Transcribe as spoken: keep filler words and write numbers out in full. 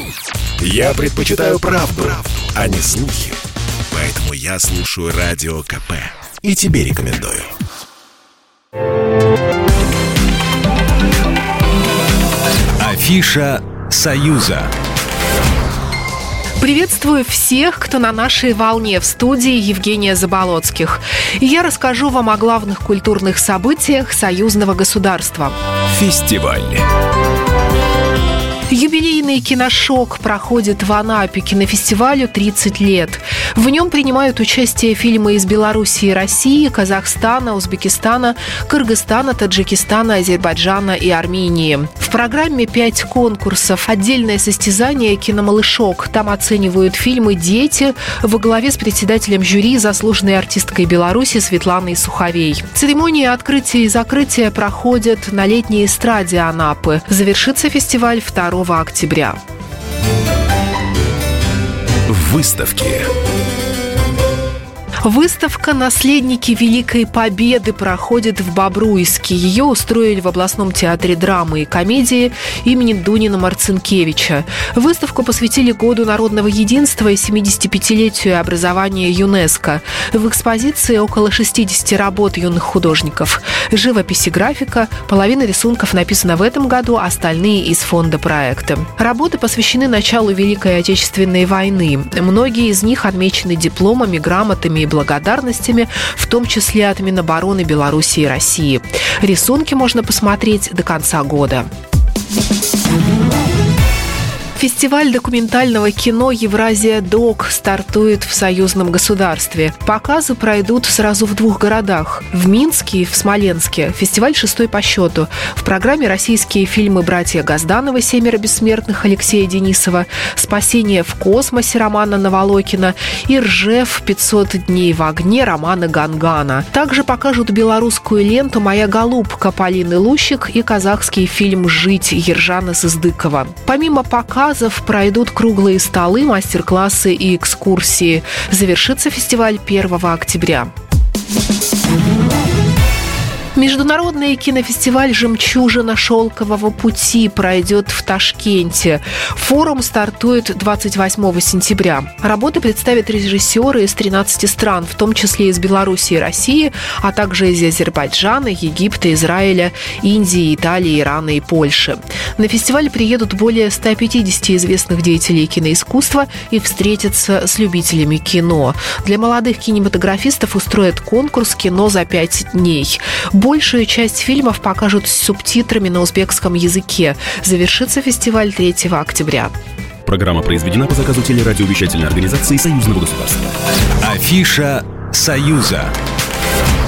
Я предпочитаю правду, правду, а не слухи. Поэтому я слушаю Радио КП. И тебе рекомендую. Афиша «Союза». Приветствую всех, кто на нашей волне. В студии Евгения Заболоцких. И я расскажу вам о главных культурных событиях союзного государства. Фестиваль. Юбилейный киношок проходит в Анапе. Кинофестивалю тридцать лет. В нем принимают участие фильмы из Белоруссии, России, Казахстана, Узбекистана, Кыргызстана, Таджикистана, Азербайджана и Армении. В программе пять конкурсов. Отдельное состязание «Киномалышок». Там оценивают фильмы дети во главе с председателем жюри, заслуженной артисткой Беларуси Светланой Суховей. Церемонии открытия и закрытия проходят на летней эстраде Анапы. Завершится фестиваль второго октября. Выставки. Выставка «Наследники Великой Победы» проходит в Бобруйске. Ее устроили в областном театре драмы и комедии имени Дунина Марцинкевича. Выставку посвятили Году народного единства и семидесятипятилетию образования ЮНЕСКО. В экспозиции около шестидесяти работ юных художников. Живопись и графика. Половина рисунков написана в этом году, остальные из фонда проекта. Работы посвящены началу Великой Отечественной войны. Многие из них отмечены дипломами, грамотами и благодарностями, в том числе от Минобороны Беларуси и России. Рисунки можно посмотреть до конца года. Фестиваль документального кино «Евразия-Док» стартует в союзном государстве. Показы пройдут сразу в двух городах – в Минске и в Смоленске. Фестиваль шестой по счету. В программе российские фильмы «Братья Газдановы. Семеро бессмертных» Алексея Денисова, «Спасение в космосе» Романа Наволокина и «Ржев. пятьсот дней в огне» Романа Гангана. Также покажут белорусскую ленту «Моя голубка» Полины Лущик и казахский фильм «Жить» Ержана Сыздыкова. Помимо показов пройдут круглые столы, мастер-классы и экскурсии. Завершится фестиваль первого октября. Международный кинофестиваль «Жемчужина шелкового пути» пройдет в Ташкенте. Форум стартует двадцать восьмого сентября. Работы представят режиссеры из тринадцати стран, в том числе из Беларуси и России, а также из Азербайджана, Египта, Израиля, Индии, Италии, Ирана и Польши. На фестиваль приедут более ста пятидесяти известных деятелей киноискусства и встретятся с любителями кино. Для молодых кинематографистов устроят конкурс «Кино за пять дней». Большую часть фильмов покажут с субтитрами на узбекском языке. Завершится фестиваль третьего октября. Программа произведена по заказу телерадиовещательной организации Союзного государства. Афиша «Союза».